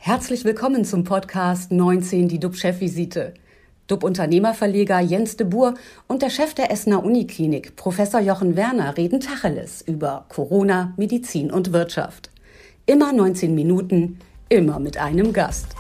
Herzlich willkommen zum Podcast 19, die DUB-Chefvisite. DUB-Unternehmerverleger Jens de Boer und der Chef der Essener Uniklinik, Professor Jochen Werner, reden Tacheles über Corona, Medizin und Wirtschaft. Immer 19 Minuten, immer mit einem Gast.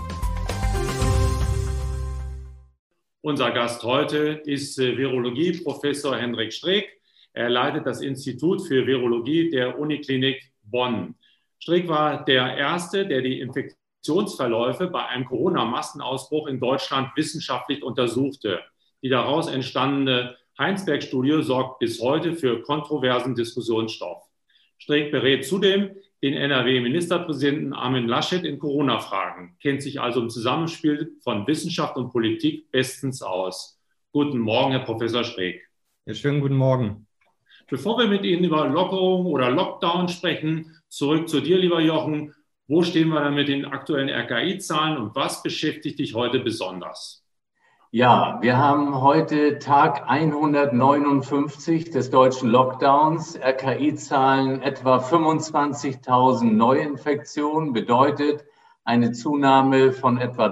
Unser Gast heute ist Virologie-Professor Hendrik Streeck. Er leitet das Institut für Virologie der Uniklinik Bonn. Streeck war der Erste, der die Infektionsverläufe bei einem Corona-Massenausbruch in Deutschland wissenschaftlich untersuchte. Die daraus entstandene Heinsberg-Studie sorgt bis heute für kontroversen Diskussionsstoff. Streeck berät zudem den NRW-Ministerpräsidenten Armin Laschet in Corona-Fragen, kennt sich also im Zusammenspiel von Wissenschaft und Politik bestens aus. Guten Morgen, Herr Professor Streeck. Ja, schönen guten Morgen. Bevor wir mit Ihnen über Lockerung oder Lockdown sprechen, zurück zu dir, lieber Jochen. Wo stehen wir dann mit den aktuellen RKI-Zahlen und was beschäftigt dich heute besonders? Ja, wir haben heute Tag 159 des deutschen Lockdowns. RKI-Zahlen etwa 25.000 Neuinfektionen, bedeutet eine Zunahme von etwa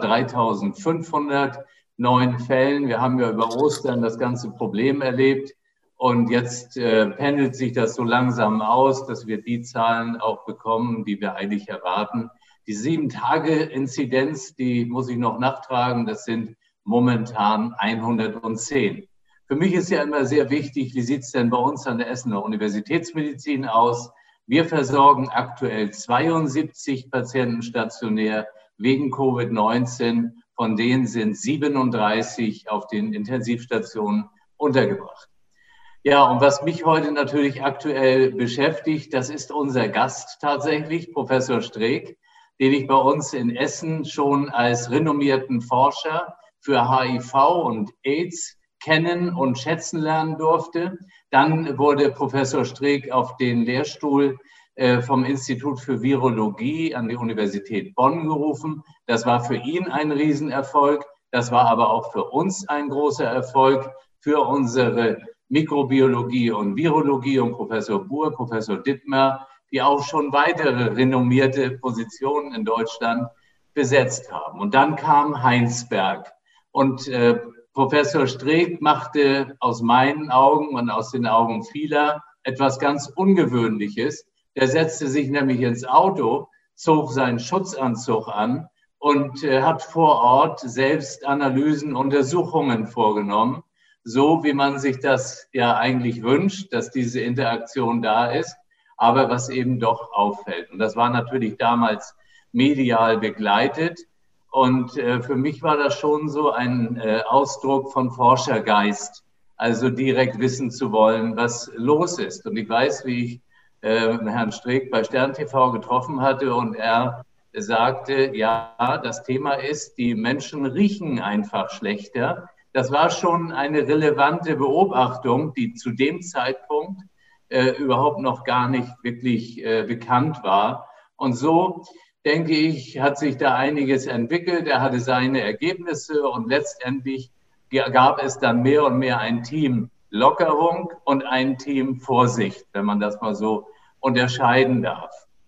3.500 neuen Fällen. Wir haben ja über Ostern das ganze Problem erlebt. Und jetzt pendelt sich das so langsam aus, dass wir die Zahlen auch bekommen, die wir eigentlich erwarten. Die 7-Tage-Inzidenz, die muss ich noch nachtragen, das sind momentan 110. Für mich ist ja immer sehr wichtig, wie sieht es denn bei uns an der Essener Universitätsmedizin aus? Wir versorgen aktuell 72 Patienten stationär wegen Covid-19. Von denen sind 37 auf den Intensivstationen untergebracht. Ja, und was mich heute natürlich aktuell beschäftigt, das ist unser Gast tatsächlich, Professor Streeck, den ich bei uns in Essen schon als renommierten Forscher für HIV und AIDS kennen und schätzen lernen durfte. Dann wurde Professor Streeck auf den Lehrstuhl vom Institut für Virologie an die Universität Bonn gerufen. Das war für ihn ein Riesenerfolg. Das war aber auch für uns ein großer Erfolg, für unsere Mikrobiologie und Virologie und Professor Boer, Professor Dittmer, die auch schon weitere renommierte Positionen in Deutschland besetzt haben. Und dann kam Heinsberg. Und Professor Streeck machte aus meinen Augen und aus den Augen vieler etwas ganz Ungewöhnliches. Der setzte sich nämlich ins Auto, zog seinen Schutzanzug an und hat vor Ort selbst Analysen, Untersuchungen vorgenommen. So wie man sich das ja eigentlich wünscht, dass diese Interaktion da ist, aber was eben doch auffällt. Und das war natürlich damals medial begleitet. Und für mich war das schon so ein Ausdruck von Forschergeist, also direkt wissen zu wollen, was los ist. Und ich weiß, wie ich Herrn Streeck bei Stern TV getroffen hatte und er sagte, ja, das Thema ist, die Menschen riechen einfach schlechter. Das war schon eine relevante Beobachtung, die zu dem Zeitpunkt überhaupt noch gar nicht wirklich bekannt war. Und so, denke ich, hat sich da einiges entwickelt. Er hatte seine Ergebnisse und letztendlich gab es dann mehr und mehr ein Team Lockerung und ein Team Vorsicht, wenn man das mal so unterscheiden darf.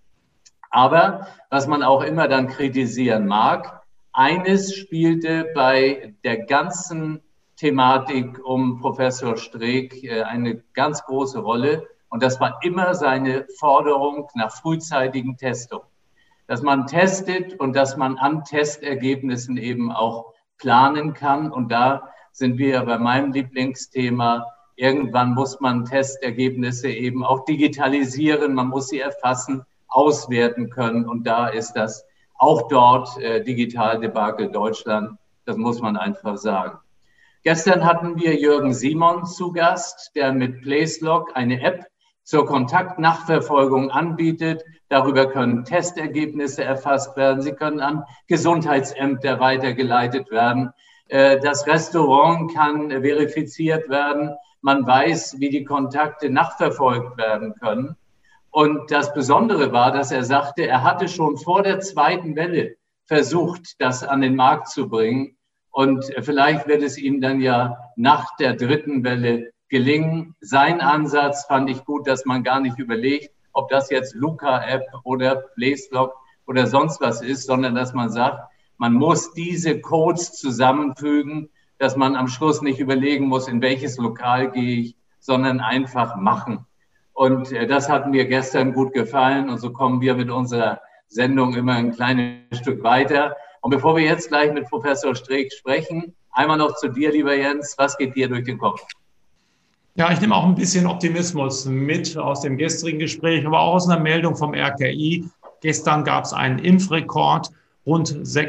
Aber was man auch immer dann kritisieren mag, eines spielte bei der ganzen Thematik um Professor Streeck eine ganz große Rolle und das war immer seine Forderung nach frühzeitigen Testung. Dass man testet und dass man an Testergebnissen eben auch planen kann und da sind wir ja bei meinem Lieblingsthema, irgendwann muss man Testergebnisse eben auch digitalisieren, man muss sie erfassen, auswerten können und da ist das auch dort Digitaldebakel Deutschland, das muss man einfach sagen. Gestern hatten wir Jürgen Simon zu Gast, der mit Placelock eine App zur Kontaktnachverfolgung anbietet. Darüber können Testergebnisse erfasst werden, sie können an Gesundheitsämter weitergeleitet werden. Das Restaurant kann verifiziert werden, man weiß, wie die Kontakte nachverfolgt werden können. Und das Besondere war, dass er sagte, er hatte schon vor der zweiten Welle versucht, das an den Markt zu bringen. Und vielleicht wird es ihm dann ja nach der dritten Welle gelingen. Sein Ansatz fand ich gut, dass man gar nicht überlegt, ob das jetzt Luca-App oder Placelock oder sonst was ist, sondern dass man sagt, man muss diese Codes zusammenfügen, dass man am Schluss nicht überlegen muss, in welches Lokal gehe ich, sondern einfach machen. Und das hat mir gestern gut gefallen und so kommen wir mit unserer Sendung immer ein kleines Stück weiter. Und bevor wir jetzt gleich mit Professor Streeck sprechen, einmal noch zu dir, lieber Jens, was geht dir durch den Kopf? Ja, ich nehme auch ein bisschen Optimismus mit aus dem gestrigen Gespräch, aber auch aus einer Meldung vom RKI. Gestern gab es einen Impfrekord. Rund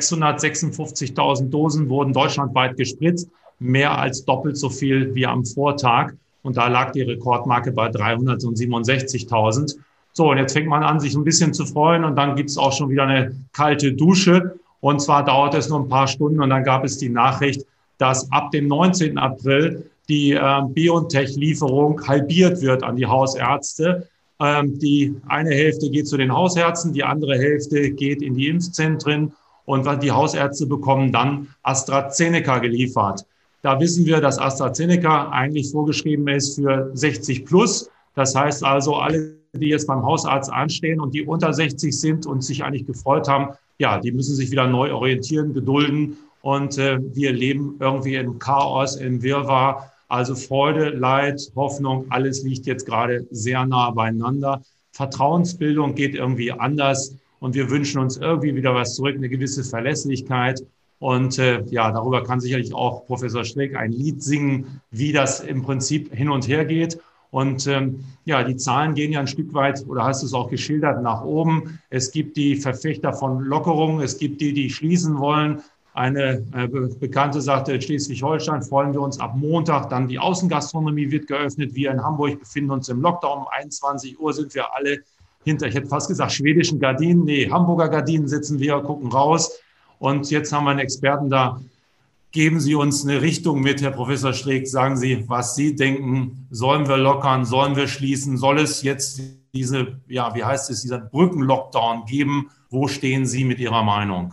656.000 Dosen wurden deutschlandweit gespritzt, mehr als doppelt so viel wie am Vortag. Und da lag die Rekordmarke bei 367.000. So, und jetzt fängt man an, sich ein bisschen zu freuen. Und dann gibt es auch schon wieder eine kalte Dusche. Und zwar dauert es nur ein paar Stunden. Und dann gab es die Nachricht, dass ab dem 19. April die BioNTech-Lieferung halbiert wird an die Hausärzte. Die eine Hälfte geht zu den Hausärzten, die andere Hälfte geht in die Impfzentren und die Hausärzte bekommen dann AstraZeneca geliefert. Da wissen wir, dass AstraZeneca eigentlich vorgeschrieben ist für 60 plus. Das heißt also, alle, die jetzt beim Hausarzt anstehen und die unter 60 sind und sich eigentlich gefreut haben, ja, die müssen sich wieder neu orientieren, gedulden und wir leben irgendwie im Chaos, im Wirrwarr. Also Freude, Leid, Hoffnung, alles liegt jetzt gerade sehr nah beieinander. Vertrauensbildung geht irgendwie anders und wir wünschen uns irgendwie wieder was zurück, eine gewisse Verlässlichkeit. Und ja, darüber kann sicherlich auch Professor Streeck ein Lied singen, wie das im Prinzip hin und her geht. Und ja, die Zahlen gehen ja ein Stück weit, oder hast du es auch geschildert, nach oben. Es gibt die Verfechter von Lockerungen, es gibt die, die schließen wollen. Eine Bekannte sagte, in Schleswig-Holstein freuen wir uns ab Montag, dann die Außengastronomie wird geöffnet. Wir in Hamburg befinden uns im Lockdown. Um 21 Uhr sind wir alle hinter, ich hätte fast gesagt, schwedischen Gardinen. Nee, Hamburger Gardinen sitzen wir, gucken raus. Und jetzt haben wir einen Experten da. Geben Sie uns eine Richtung mit, Herr Professor Streeck. Sagen Sie, was Sie denken. Sollen wir lockern? Sollen wir schließen? Soll es jetzt diese, ja, wie heißt es, dieser Brückenlockdown geben? Wo stehen Sie mit Ihrer Meinung?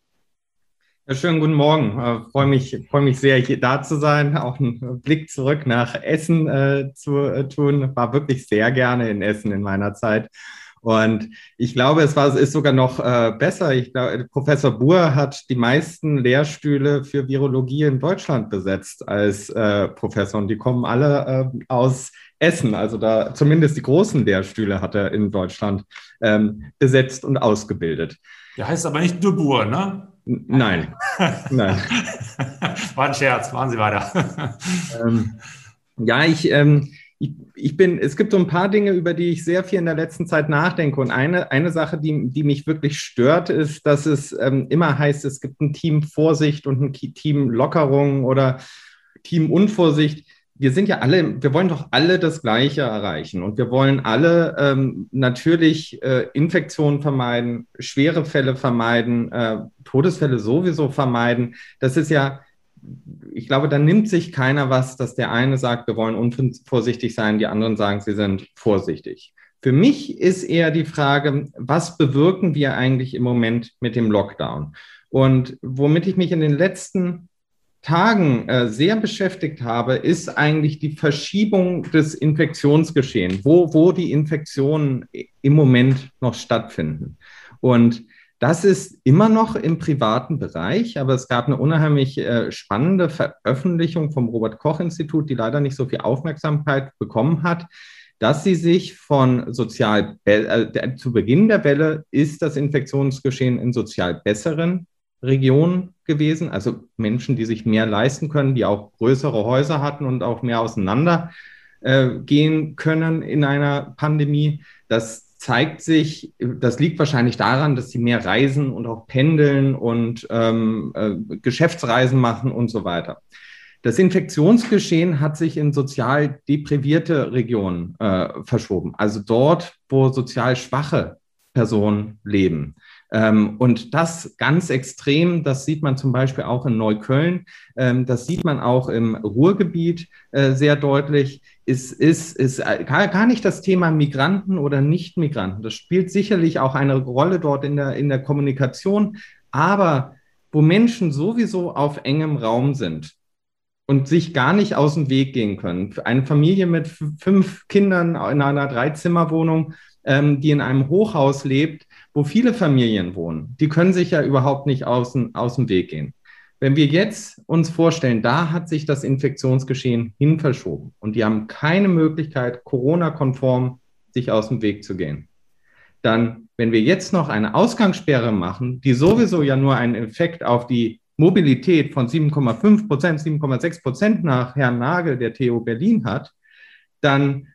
Ja, schönen guten Morgen. Freue mich sehr, hier da zu sein. Auch einen Blick zurück nach Essen zu tun. War wirklich sehr gerne in Essen in meiner Zeit. Und ich glaube, es ist sogar noch besser. Ich glaube, Professor Buhr hat die meisten Lehrstühle für Virologie in Deutschland besetzt als Professor. Und die kommen alle aus Essen. Also da zumindest die großen Lehrstühle hat er in Deutschland besetzt und ausgebildet. Der heißt aber nicht de Buhr, ne? Nein. Nein. War ein Scherz, machen Sie weiter. Ja, es gibt so ein paar Dinge, über die ich sehr viel in der letzten Zeit nachdenke. Und eine Sache, die mich wirklich stört, ist, dass es immer heißt, es gibt ein Team Vorsicht und ein Team Lockerung oder Team Unvorsicht. Wir wollen doch alle das Gleiche erreichen und wir wollen alle natürlich Infektionen vermeiden, schwere Fälle vermeiden, Todesfälle sowieso vermeiden. Das ist ja, ich glaube, da nimmt sich keiner was, dass der eine sagt, wir wollen unvorsichtig sein, die anderen sagen, sie sind vorsichtig. Für mich ist eher die Frage, was bewirken wir eigentlich im Moment mit dem Lockdown? Und womit ich mich in den letzten Tagen sehr beschäftigt habe, ist eigentlich die Verschiebung des Infektionsgeschehens, wo die Infektionen im Moment noch stattfinden. Und das ist immer noch im privaten Bereich, aber es gab eine unheimlich spannende Veröffentlichung vom Robert-Koch-Institut, die leider nicht so viel Aufmerksamkeit bekommen hat, dass sie sich zu Beginn der Welle ist das Infektionsgeschehen in sozial besseren Regionen gewesen, also Menschen, die sich mehr leisten können, die auch größere Häuser hatten und auch mehr auseinander gehen können in einer Pandemie. Das zeigt sich, das liegt wahrscheinlich daran, dass sie mehr reisen und auch pendeln und Geschäftsreisen machen und so weiter. Das Infektionsgeschehen hat sich in sozial deprivierte Regionen verschoben, also dort, wo sozial schwache Personen leben. Und das ganz extrem, das sieht man zum Beispiel auch in Neukölln, das sieht man auch im Ruhrgebiet sehr deutlich, ist gar nicht das Thema Migranten oder Nicht-Migranten. Das spielt sicherlich auch eine Rolle dort in der Kommunikation, aber wo Menschen sowieso auf engem Raum sind und sich gar nicht aus dem Weg gehen können. Eine Familie mit 5 Kindern in einer 3-Zimmer-Wohnung, die in einem Hochhaus lebt, wo viele Familien wohnen. Die können sich ja überhaupt nicht aus dem Weg gehen. Wenn wir jetzt uns vorstellen, da hat sich das Infektionsgeschehen hin verschoben und die haben keine Möglichkeit, Corona-konform sich aus dem Weg zu gehen, dann, wenn wir jetzt noch eine Ausgangssperre machen, die sowieso ja nur einen Effekt auf die Mobilität von 7,5%, 7,6% nach Herrn Nagel der TU Berlin hat, dann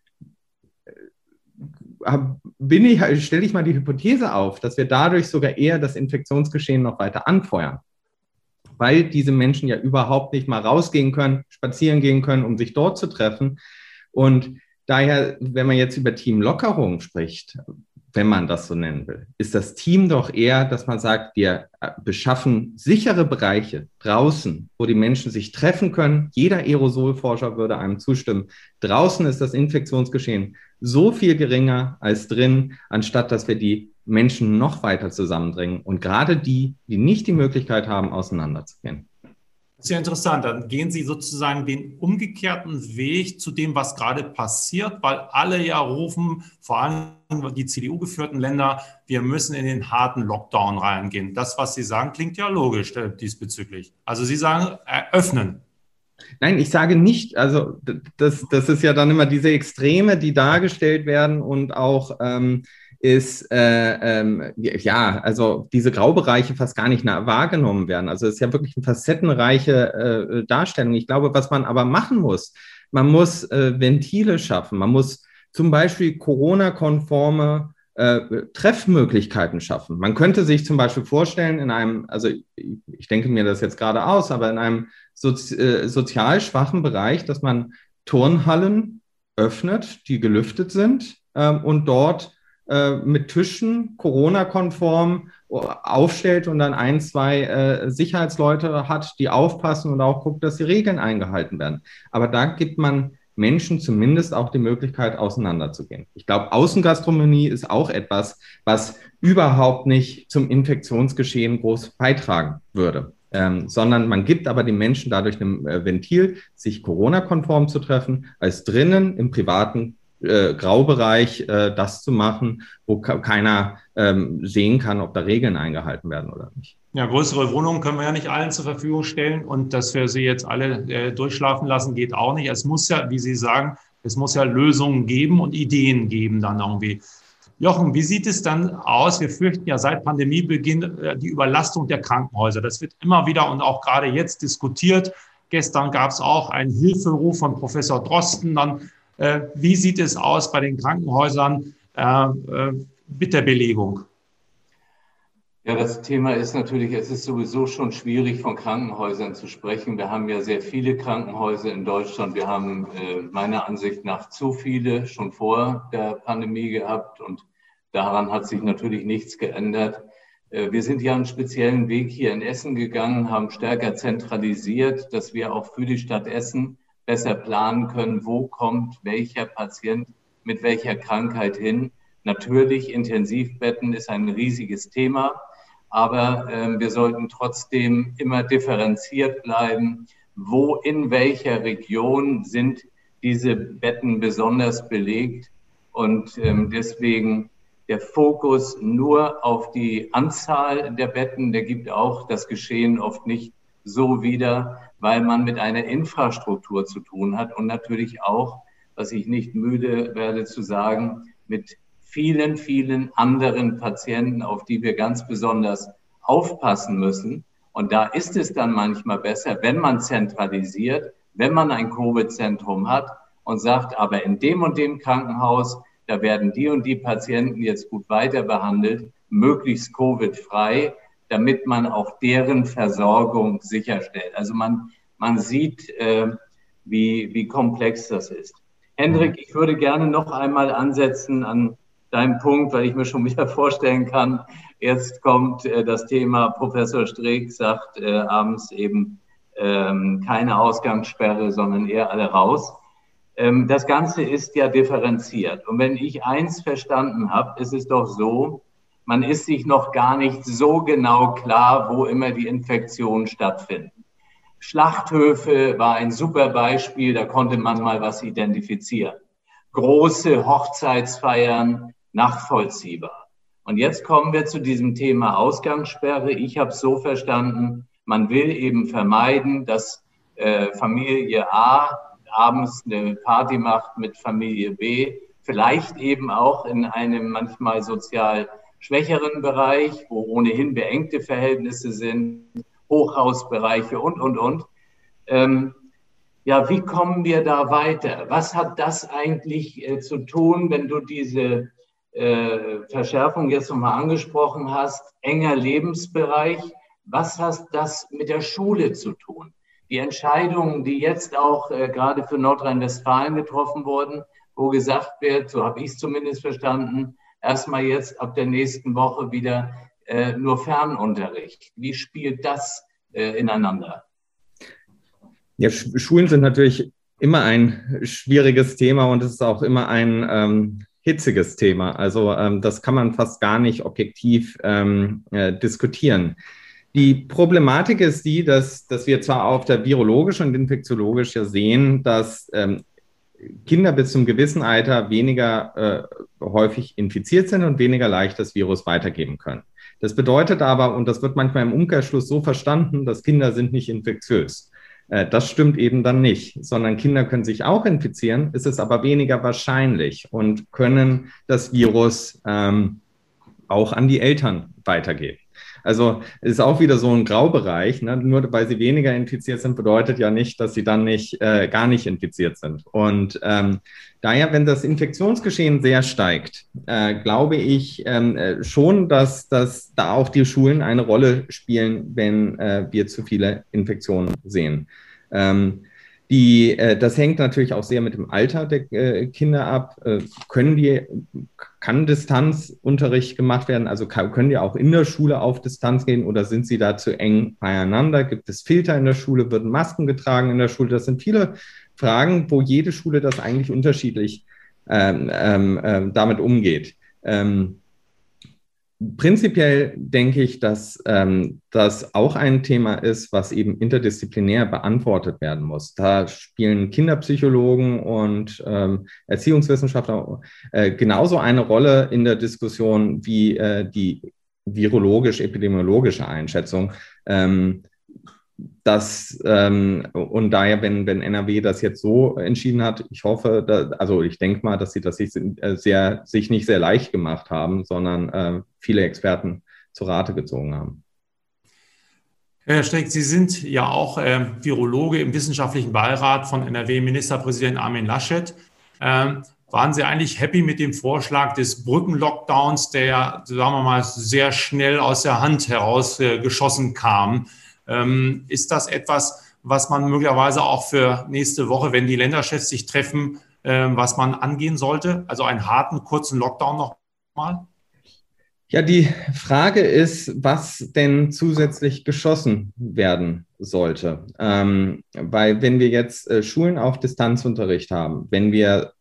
stelle ich mal die Hypothese auf, dass wir dadurch sogar eher das Infektionsgeschehen noch weiter anfeuern, weil diese Menschen ja überhaupt nicht mal rausgehen können, spazieren gehen können, um sich dort zu treffen. Und daher, wenn man jetzt über Teamlockerung spricht, wenn man das so nennen will, ist das Team doch eher, dass man sagt, wir beschaffen sichere Bereiche draußen, wo die Menschen sich treffen können. Jeder Aerosolforscher würde einem zustimmen. Draußen ist das Infektionsgeschehen so viel geringer als drin, anstatt dass wir die Menschen noch weiter zusammendrängen und gerade die nicht die Möglichkeit haben, auseinanderzugehen. Das ist ja interessant. Dann gehen Sie sozusagen den umgekehrten Weg zu dem, was gerade passiert, weil alle ja rufen, vor allem die CDU-geführten Länder, wir müssen in den harten Lockdown reingehen. Das, was Sie sagen, klingt ja logisch diesbezüglich. Also Sie sagen, öffnen. Nein, ich sage nicht, also das ist ja dann immer diese Extreme, die dargestellt werden und auch also diese Graubereiche fast gar nicht wahrgenommen werden. Also es ist ja wirklich eine facettenreiche Darstellung. Ich glaube, was man aber machen muss, man muss Ventile schaffen. Man muss zum Beispiel Corona-konforme Treffmöglichkeiten schaffen. Man könnte sich zum Beispiel vorstellen, also ich denke mir das jetzt gerade aus, aber in einem sozial schwachen Bereich, dass man Turnhallen öffnet, die gelüftet sind und dort mit Tischen Corona-konform aufstellt und dann 1, 2 Sicherheitsleute hat, die aufpassen und auch guckt, dass die Regeln eingehalten werden. Aber da gibt man Menschen zumindest auch die Möglichkeit, auseinanderzugehen. Ich glaube, Außengastronomie ist auch etwas, was überhaupt nicht zum Infektionsgeschehen groß beitragen würde. Sondern man gibt aber den Menschen dadurch ein Ventil, sich Corona-konform zu treffen, als drinnen im privaten Graubereich das zu machen, wo keiner sehen kann, ob da Regeln eingehalten werden oder nicht. Ja, größere Wohnungen können wir ja nicht allen zur Verfügung stellen und dass wir sie jetzt alle durchschlafen lassen, geht auch nicht. Es muss ja, wie Sie sagen, es muss ja Lösungen geben und Ideen geben dann irgendwie. Jochen, wie sieht es dann aus? Wir fürchten ja seit Pandemiebeginn die Überlastung der Krankenhäuser. Das wird immer wieder und auch gerade jetzt diskutiert. Gestern gab es auch einen Hilferuf von Professor Drosten. Dann, wie sieht es aus bei den Krankenhäusern mit der Belegung? Ja, das Thema ist natürlich, es ist sowieso schon schwierig, von Krankenhäusern zu sprechen. Wir haben ja sehr viele Krankenhäuser in Deutschland. Wir haben meiner Ansicht nach zu viele schon vor der Pandemie gehabt und daran hat sich natürlich nichts geändert. Wir sind ja einen speziellen Weg hier in Essen gegangen, haben stärker zentralisiert, dass wir auch für die Stadt Essen besser planen können, wo kommt welcher Patient mit welcher Krankheit hin. Natürlich, Intensivbetten ist ein riesiges Thema, aber wir sollten trotzdem immer differenziert bleiben, wo in welcher Region sind diese Betten besonders belegt und deswegen der Fokus nur auf die Anzahl der Betten, der gibt auch das Geschehen oft nicht so wieder, weil man mit einer Infrastruktur zu tun hat und natürlich auch, was ich nicht müde werde zu sagen, mit vielen, vielen anderen Patienten, auf die wir ganz besonders aufpassen müssen. Und da ist es dann manchmal besser, wenn man zentralisiert, wenn man ein Covid-Zentrum hat und sagt, aber in dem und dem Krankenhaus, da werden die und die Patienten jetzt gut weiter behandelt, möglichst Covid-frei, damit man auch deren Versorgung sicherstellt. Also man sieht, wie komplex das ist. Hendrik, ich würde gerne noch einmal ansetzen an deinem Punkt, weil ich mir schon wieder vorstellen kann, jetzt kommt das Thema, Professor Streeck sagt abends eben keine Ausgangssperre, sondern eher alle raus. Das Ganze ist ja differenziert. Und wenn ich eins verstanden habe, ist es doch so, man ist sich noch gar nicht so genau klar, wo immer die Infektionen stattfinden. Schlachthöfe war ein super Beispiel, da konnte man mal was identifizieren. Große Hochzeitsfeiern, nachvollziehbar. Und jetzt kommen wir zu diesem Thema Ausgangssperre. Ich habe es so verstanden, man will eben vermeiden, dass Familie A abends eine Party macht mit Familie B, vielleicht eben auch in einem manchmal sozial schwächeren Bereich, wo ohnehin beengte Verhältnisse sind, Hochhausbereiche und. Ja, wie kommen wir da weiter? Was hat das eigentlich zu tun, wenn du diese Verschärfung jetzt nochmal angesprochen hast, enger Lebensbereich? Was hat das mit der Schule zu tun? Die Entscheidungen, die jetzt auch gerade für Nordrhein-Westfalen getroffen wurden, wo gesagt wird, so habe ich es zumindest verstanden, erstmal jetzt ab der nächsten Woche wieder nur Fernunterricht. Wie spielt das ineinander? Ja, Schulen sind natürlich immer ein schwieriges Thema und es ist auch immer ein hitziges Thema. Also das kann man fast gar nicht objektiv diskutieren. Die Problematik ist die, dass wir zwar auf der virologischen und infektiologischen ja sehen, dass Kinder bis zum gewissen Alter weniger häufig infiziert sind und weniger leicht das Virus weitergeben können. Das bedeutet aber, und das wird manchmal im Umkehrschluss so verstanden, dass Kinder sind nicht infektiös. Das stimmt eben dann nicht, sondern Kinder können sich auch infizieren, ist es aber weniger wahrscheinlich und können das Virus auch an die Eltern weitergeben. Also ist auch wieder so ein Graubereich, ne? Nur weil sie weniger infiziert sind, bedeutet ja nicht, dass sie dann nicht gar nicht infiziert sind. Und daher, wenn das Infektionsgeschehen sehr steigt, glaube ich schon, dass da auch die Schulen eine Rolle spielen, wenn wir zu viele Infektionen sehen. Das hängt natürlich auch sehr mit dem Alter der Kinder ab. Kann Distanzunterricht gemacht werden? Also können die auch in der Schule auf Distanz gehen oder sind sie da zu eng beieinander? Gibt es Filter in der Schule? Werden Masken getragen in der Schule? Das sind viele Fragen, wo jede Schule das eigentlich unterschiedlich damit umgeht. Prinzipiell denke ich, dass das auch ein Thema ist, was eben interdisziplinär beantwortet werden muss. Da spielen Kinderpsychologen und Erziehungswissenschaftler genauso eine Rolle in der Diskussion wie die virologisch-epidemiologische Einschätzung. Und daher, wenn NRW das jetzt so entschieden hat, ich hoffe, ich denke mal, dass sie das sich nicht sehr leicht gemacht haben, sondern viele Experten zu Rate gezogen haben. Herr Streeck, Sie sind ja auch Virologe im wissenschaftlichen Beirat von NRW-Ministerpräsident Armin Laschet. Waren Sie eigentlich happy mit dem Vorschlag des Brückenlockdowns, der, sagen wir mal, sehr schnell aus der Hand herausgeschossen kam? Ist das etwas, was man möglicherweise auch für nächste Woche, wenn die Länderchefs sich treffen, was man angehen sollte? Also einen harten, kurzen Lockdown nochmal? Ja, die Frage ist, was denn zusätzlich geschossen werden sollte. Weil wenn wir jetzt Schulen auf Distanzunterricht haben, wenn wir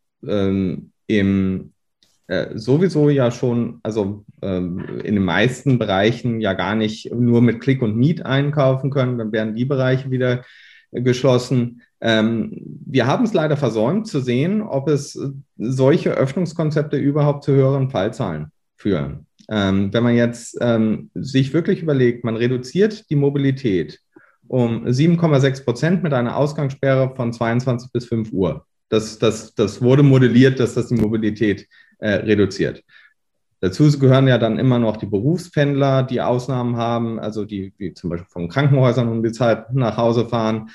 sowieso ja schon, also in den meisten Bereichen ja gar nicht nur mit Click und Meet einkaufen können, dann werden die Bereiche wieder geschlossen. Wir haben es leider versäumt zu sehen, ob es solche Öffnungskonzepte überhaupt zu höheren Fallzahlen führen. Wenn man jetzt sich wirklich überlegt, man reduziert die Mobilität um 7,6% mit einer Ausgangssperre von 22 bis 5 Uhr. Das wurde modelliert, dass das die Mobilität reduziert. Dazu gehören ja dann immer noch die Berufspendler, die Ausnahmen haben, also die zum Beispiel von Krankenhäusern um die Zeit nach Hause fahren.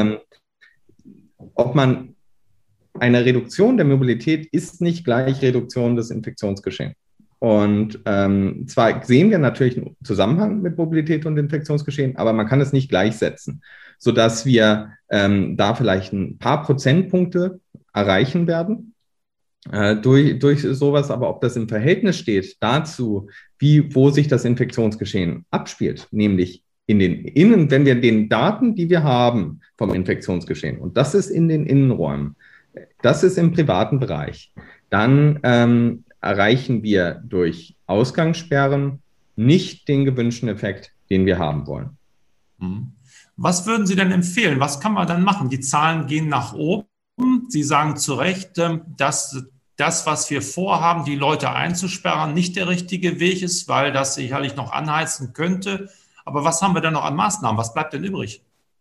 Ob man eine Reduktion der Mobilität ist nicht gleich Reduktion des Infektionsgeschehens. Und zwar sehen wir natürlich einen Zusammenhang mit Mobilität und Infektionsgeschehen, aber man kann es nicht gleichsetzen, sodass wir da vielleicht ein paar Prozentpunkte erreichen werden durch sowas. Aber ob das im Verhältnis steht dazu, wo sich das Infektionsgeschehen abspielt, nämlich wenn wir den Daten, die wir haben vom Infektionsgeschehen, und das ist in den Innenräumen, das ist im privaten Bereich, dann erreichen wir durch Ausgangssperren nicht den gewünschten Effekt, den wir haben wollen. Was würden Sie denn empfehlen? Was kann man dann machen? Die Zahlen gehen nach oben. Sie sagen zu Recht, dass das, was wir vorhaben, die Leute einzusperren, nicht der richtige Weg ist, weil das sicherlich noch anheizen könnte. Aber was haben wir denn noch an Maßnahmen? Was bleibt denn übrig?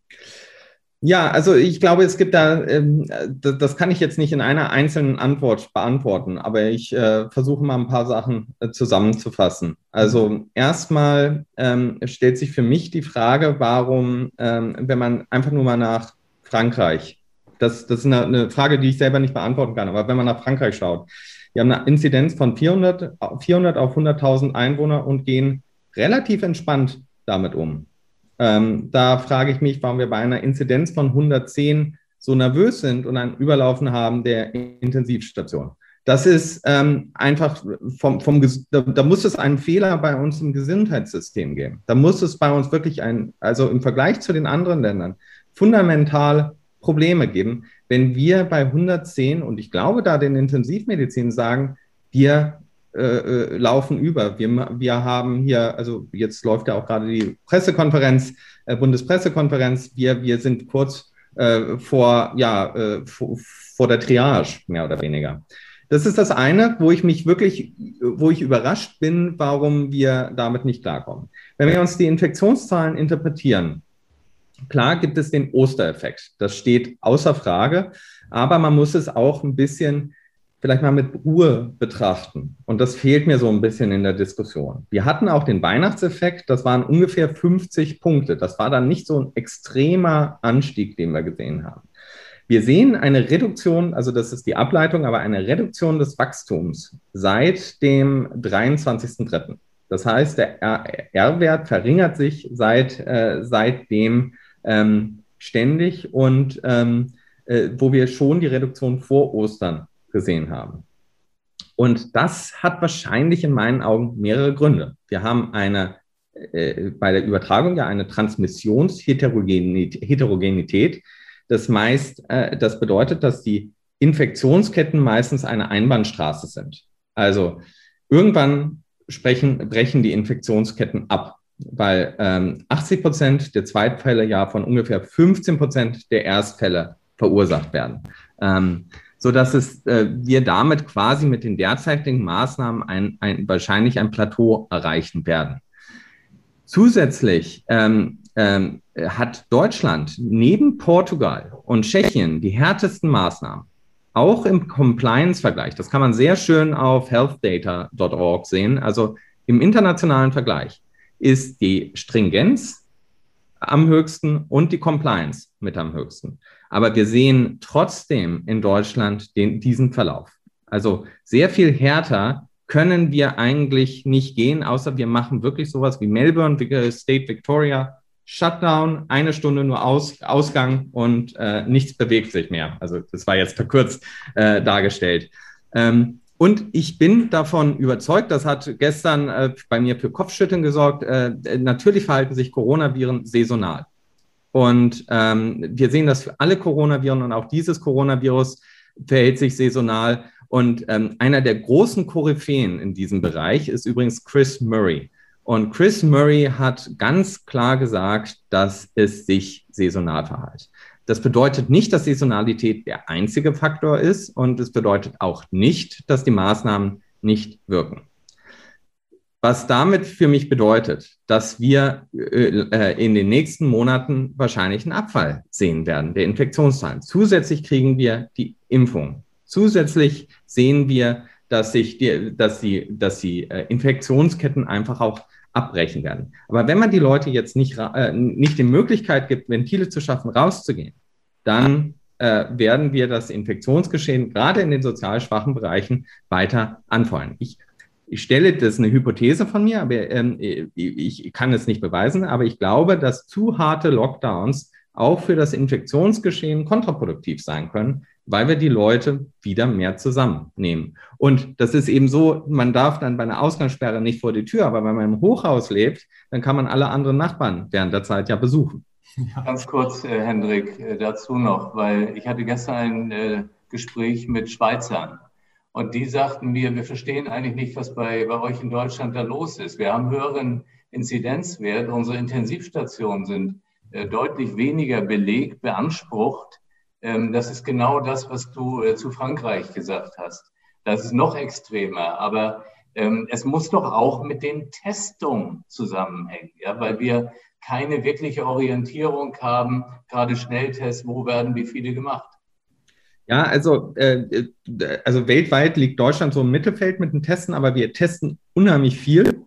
Ja, also ich glaube, es gibt das kann ich jetzt nicht in einer einzelnen Antwort beantworten, aber ich versuche mal ein paar Sachen zusammenzufassen. Also erstmal stellt sich für mich die Frage, warum, wenn man einfach nur mal nach Frankreich, das ist eine Frage, die ich selber nicht beantworten kann, aber wenn man nach Frankreich schaut, wir haben eine Inzidenz von 400 auf 100.000 Einwohner und gehen relativ entspannt damit um. Da frage ich mich, warum wir bei einer Inzidenz von 110 so nervös sind und ein Überlaufen haben der Intensivstation. Das ist einfach da muss es einen Fehler bei uns im Gesundheitssystem geben. Da muss es bei uns wirklich also im Vergleich zu den anderen Ländern, fundamental Probleme geben, wenn wir bei 110 und ich glaube da den Intensivmedizin sagen, wir laufen über. Wir haben hier, also jetzt läuft ja auch gerade die Pressekonferenz, Bundespressekonferenz, wir sind kurz vor der Triage, mehr oder weniger. Das ist das eine, wo ich überrascht bin, warum wir damit nicht klarkommen. Wenn wir uns die Infektionszahlen interpretieren, klar gibt es den Ostereffekt. Das steht außer Frage, aber man muss es auch ein bisschen vielleicht mal mit Ruhe betrachten. Und das fehlt mir so ein bisschen in der Diskussion. Wir hatten auch den Weihnachtseffekt, das waren ungefähr 50 Punkte. Das war dann nicht so ein extremer Anstieg, den wir gesehen haben. Wir sehen eine Reduktion, also das ist die Ableitung, aber eine Reduktion des Wachstums seit dem 23.03. Das heißt, der R-Wert verringert sich seitdem ständig und wo wir schon die Reduktion vor Ostern gesehen haben. Und das hat wahrscheinlich in meinen Augen mehrere Gründe. Wir haben bei der Übertragung ja eine Transmissionsheterogenität. Das bedeutet, dass die Infektionsketten meistens eine Einbahnstraße sind. Also irgendwann brechen die Infektionsketten ab, weil 80% der Zweitfälle ja von ungefähr 15% der Erstfälle verursacht werden. Sodass wir damit quasi mit den derzeitigen Maßnahmen wahrscheinlich ein Plateau erreichen werden. Zusätzlich hat Deutschland neben Portugal und Tschechien die härtesten Maßnahmen, auch im Compliance-Vergleich. Das kann man sehr schön auf healthdata.org sehen. Also im internationalen Vergleich ist die Stringenz am höchsten und die Compliance mit am höchsten. Aber wir sehen trotzdem in Deutschland diesen Verlauf. Also sehr viel härter können wir eigentlich nicht gehen, außer wir machen wirklich sowas wie Melbourne, State Victoria, Shutdown, 1 Stunde nur Ausgang und nichts bewegt sich mehr. Also das war jetzt verkürzt dargestellt. Und ich bin davon überzeugt, das hat gestern bei mir für Kopfschütteln gesorgt, natürlich verhalten sich Coronaviren saisonal. Und wir sehen das für alle Coronaviren und auch dieses Coronavirus verhält sich saisonal. Und einer der großen Koryphäen in diesem Bereich ist übrigens Chris Murray. Und Chris Murray hat ganz klar gesagt, dass es sich saisonal verhält. Das bedeutet nicht, dass Saisonalität der einzige Faktor ist und es bedeutet auch nicht, dass die Maßnahmen nicht wirken. Was damit für mich bedeutet, dass wir in den nächsten Monaten wahrscheinlich einen Abfall sehen werden der Infektionszahlen. Zusätzlich kriegen wir die Impfung. Zusätzlich sehen wir, dass die Infektionsketten einfach auch abbrechen werden. Aber wenn man die Leute jetzt nicht die Möglichkeit gibt, Ventile zu schaffen, rauszugehen, dann werden wir das Infektionsgeschehen gerade in den sozial schwachen Bereichen weiter anfeuern. Ich stelle, das ist eine Hypothese von mir, aber ich kann es nicht beweisen, aber ich glaube, dass zu harte Lockdowns auch für das Infektionsgeschehen kontraproduktiv sein können, weil wir die Leute wieder mehr zusammennehmen. Und das ist eben so, man darf dann bei einer Ausgangssperre nicht vor die Tür, aber wenn man im Hochhaus lebt, dann kann man alle anderen Nachbarn während der Zeit ja besuchen. Ja. Ganz kurz, Hendrik, dazu noch, weil ich hatte gestern ein Gespräch mit Schweizern und die sagten mir, wir verstehen eigentlich nicht, was bei euch in Deutschland da los ist. Wir haben höheren Inzidenzwert, unsere Intensivstationen sind deutlich weniger Beleg beansprucht. Das ist genau das, was du zu Frankreich gesagt hast. Das ist noch extremer, aber es muss doch auch mit den Testungen zusammenhängen, ja, weil wir keine wirkliche Orientierung haben, gerade Schnelltests, wo werden wie viele gemacht? Ja, also weltweit liegt Deutschland so im Mittelfeld mit den Testen, aber wir testen unheimlich viel.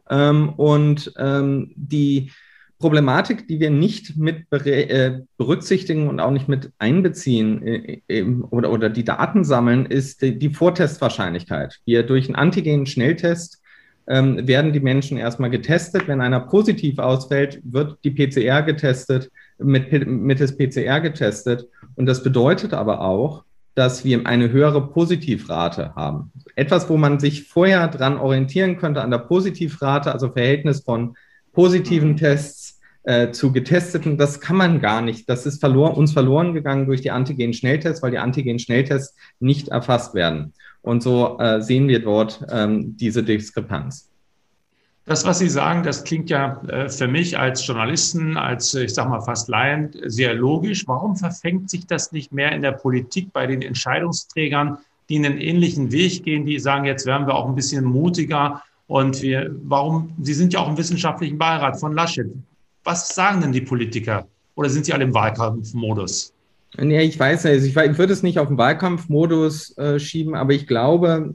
Die Problematik, die wir nicht mit berücksichtigen und auch nicht mit einbeziehen oder die Daten sammeln, ist die Vortestwahrscheinlichkeit. Durch einen Antigen-Schnelltest werden die Menschen erstmal getestet. Wenn einer positiv ausfällt, wird die PCR getestet, mittels PCR getestet. Und das bedeutet aber auch, dass wir eine höhere Positivrate haben. Etwas, wo man sich vorher dran orientieren könnte an der Positivrate, also Verhältnis von positiven Tests zu getesteten, das kann man gar nicht. Das ist uns verloren gegangen durch die Antigen-Schnelltests, weil die Antigen-Schnelltests nicht erfasst werden. Und so sehen wir dort diese Diskrepanz. Das, was Sie sagen, das klingt ja für mich als Journalisten, als, ich sag mal, fast Laien sehr logisch. Warum verfängt sich das nicht mehr in der Politik bei den Entscheidungsträgern, die einen ähnlichen Weg gehen, die sagen, jetzt werden wir auch ein bisschen mutiger und Sie sind ja auch im wissenschaftlichen Beirat von Laschet. Was sagen denn die Politiker? Oder sind sie alle im Wahlkampfmodus? Ja, ich weiß nicht. Ich würde es nicht auf den Wahlkampfmodus schieben, aber ich glaube,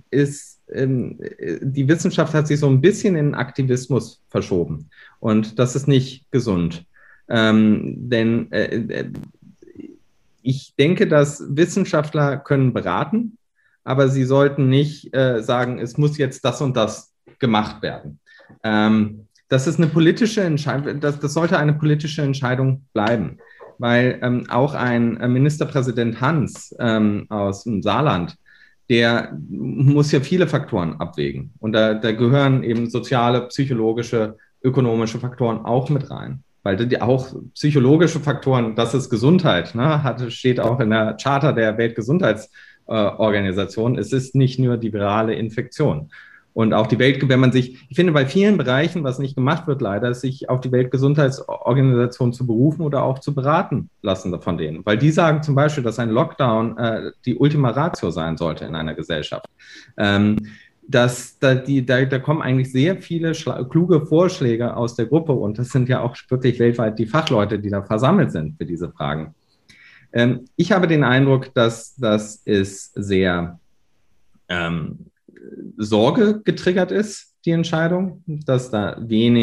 die Wissenschaft hat sich so ein bisschen in Aktivismus verschoben. Und das ist nicht gesund. Denn ich denke, dass Wissenschaftler können beraten, aber sie sollten nicht sagen, es muss jetzt das und das gemacht werden. Das ist eine politische Entscheidung, das sollte eine politische Entscheidung bleiben, weil auch ein Ministerpräsident Hans aus dem Saarland, der muss ja viele Faktoren abwägen. Und da gehören eben soziale, psychologische, ökonomische Faktoren auch mit rein. Weil auch psychologische Faktoren, das ist Gesundheit, ne, steht auch in der Charta der Weltgesundheitsorganisation. Es ist nicht nur die virale Infektion. Und auch ich finde, bei vielen Bereichen, was nicht gemacht wird leider, ist, sich auf die Weltgesundheitsorganisation zu berufen oder auch zu beraten lassen von denen. Weil die sagen zum Beispiel, dass ein Lockdown die Ultima Ratio sein sollte in einer Gesellschaft. Da kommen eigentlich sehr viele kluge Vorschläge aus der Gruppe und das sind ja auch wirklich weltweit die Fachleute, die da versammelt sind für diese Fragen. Ich habe den Eindruck, dass das ist sehr Sorge getriggert ist, die Entscheidung, dass da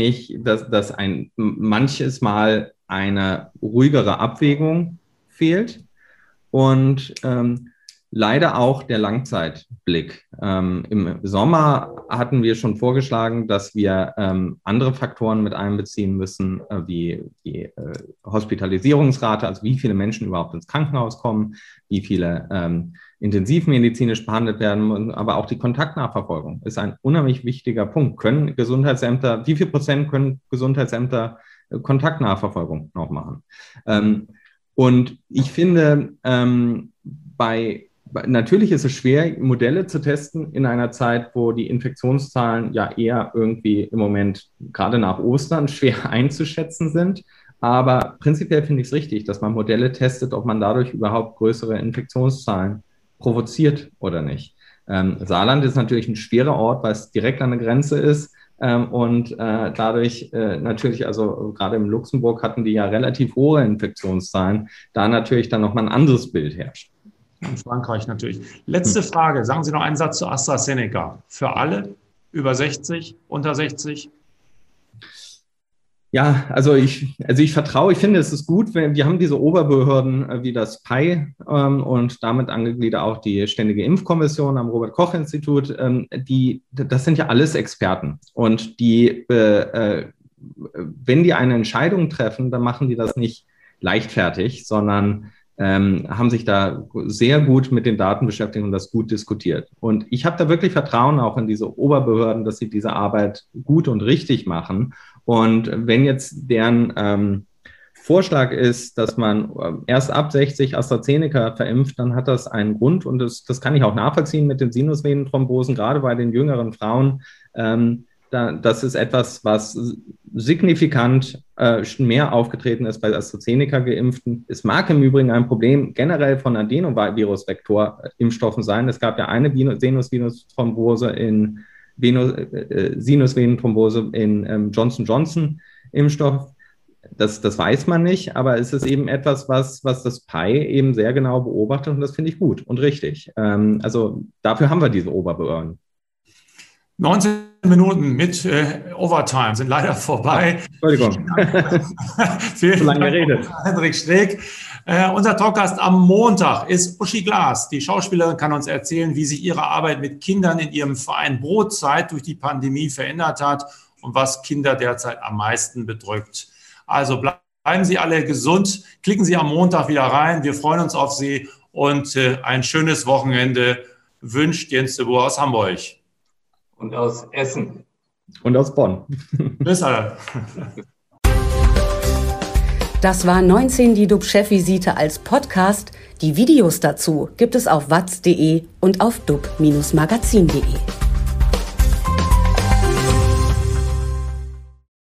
manches Mal eine ruhigere Abwägung fehlt und leider auch der Langzeitblick. Im Sommer hatten wir schon vorgeschlagen, dass wir andere Faktoren mit einbeziehen müssen, wie die Hospitalisierungsrate, also wie viele Menschen überhaupt ins Krankenhaus kommen, wie viele intensivmedizinisch behandelt werden, aber auch die Kontaktnachverfolgung ist ein unheimlich wichtiger Punkt. Wie viel Prozent können Gesundheitsämter Kontaktnachverfolgung noch machen? Und ich finde, natürlich ist es schwer, Modelle zu testen in einer Zeit, wo die Infektionszahlen ja eher irgendwie im Moment gerade nach Ostern schwer einzuschätzen sind. Aber prinzipiell finde ich es richtig, dass man Modelle testet, ob man dadurch überhaupt größere Infektionszahlen provoziert oder nicht. Saarland ist natürlich ein schwerer Ort, weil es direkt an der Grenze ist. Dadurch natürlich, also gerade in Luxemburg hatten die ja relativ hohe Infektionszahlen, da natürlich dann nochmal ein anderes Bild herrscht. In Frankreich natürlich. Letzte Frage. Sagen Sie noch einen Satz zu AstraZeneca. Für alle über 60, unter 60? Ja, also ich vertraue, ich finde, es ist gut, wir haben diese Oberbehörden wie das PAI und damit angegliedert auch die Ständige Impfkommission am Robert-Koch-Institut. Das sind ja alles Experten und wenn die eine Entscheidung treffen, dann machen die das nicht leichtfertig, sondern haben sich da sehr gut mit den Daten beschäftigt und das gut diskutiert. Und ich habe da wirklich Vertrauen auch in diese Oberbehörden, dass sie diese Arbeit gut und richtig machen. Und wenn jetzt deren Vorschlag ist, dass man erst ab 60 AstraZeneca verimpft, dann hat das einen Grund und das kann ich auch nachvollziehen mit den Sinusvenenthrombosen, gerade bei den jüngeren Frauen. Das ist etwas, was signifikant mehr aufgetreten ist bei AstraZeneca-Geimpften. Es mag im Übrigen ein Problem generell von Adenovirus-Vektor-Impfstoffen sein. Es gab ja eine Sinusvenenthrombose in Johnson-Johnson-Impfstoff. Das weiß man nicht, aber es ist eben etwas, was das PI eben sehr genau beobachtet und das finde ich gut und richtig. Also dafür haben wir diese Oberbehörden. 19 Minuten mit Overtime sind leider vorbei. Entschuldigung. Vielen Dank, geredet. Hendrik Streeck. Unser Talkgast am Montag ist Uschi Glas. Die Schauspielerin kann uns erzählen, wie sich ihre Arbeit mit Kindern in ihrem Verein Brotzeit durch die Pandemie verändert hat und was Kinder derzeit am meisten bedrückt. Also bleiben Sie alle gesund, klicken Sie am Montag wieder rein. Wir freuen uns auf Sie und ein schönes Wochenende wünscht Jens de Boer aus Hamburg. Und aus Essen. Und aus Bonn. Bis alle. Das war 19 die DUB-Chefvisite als Podcast. Die Videos dazu gibt es auf watz.de und auf dub-magazin.de.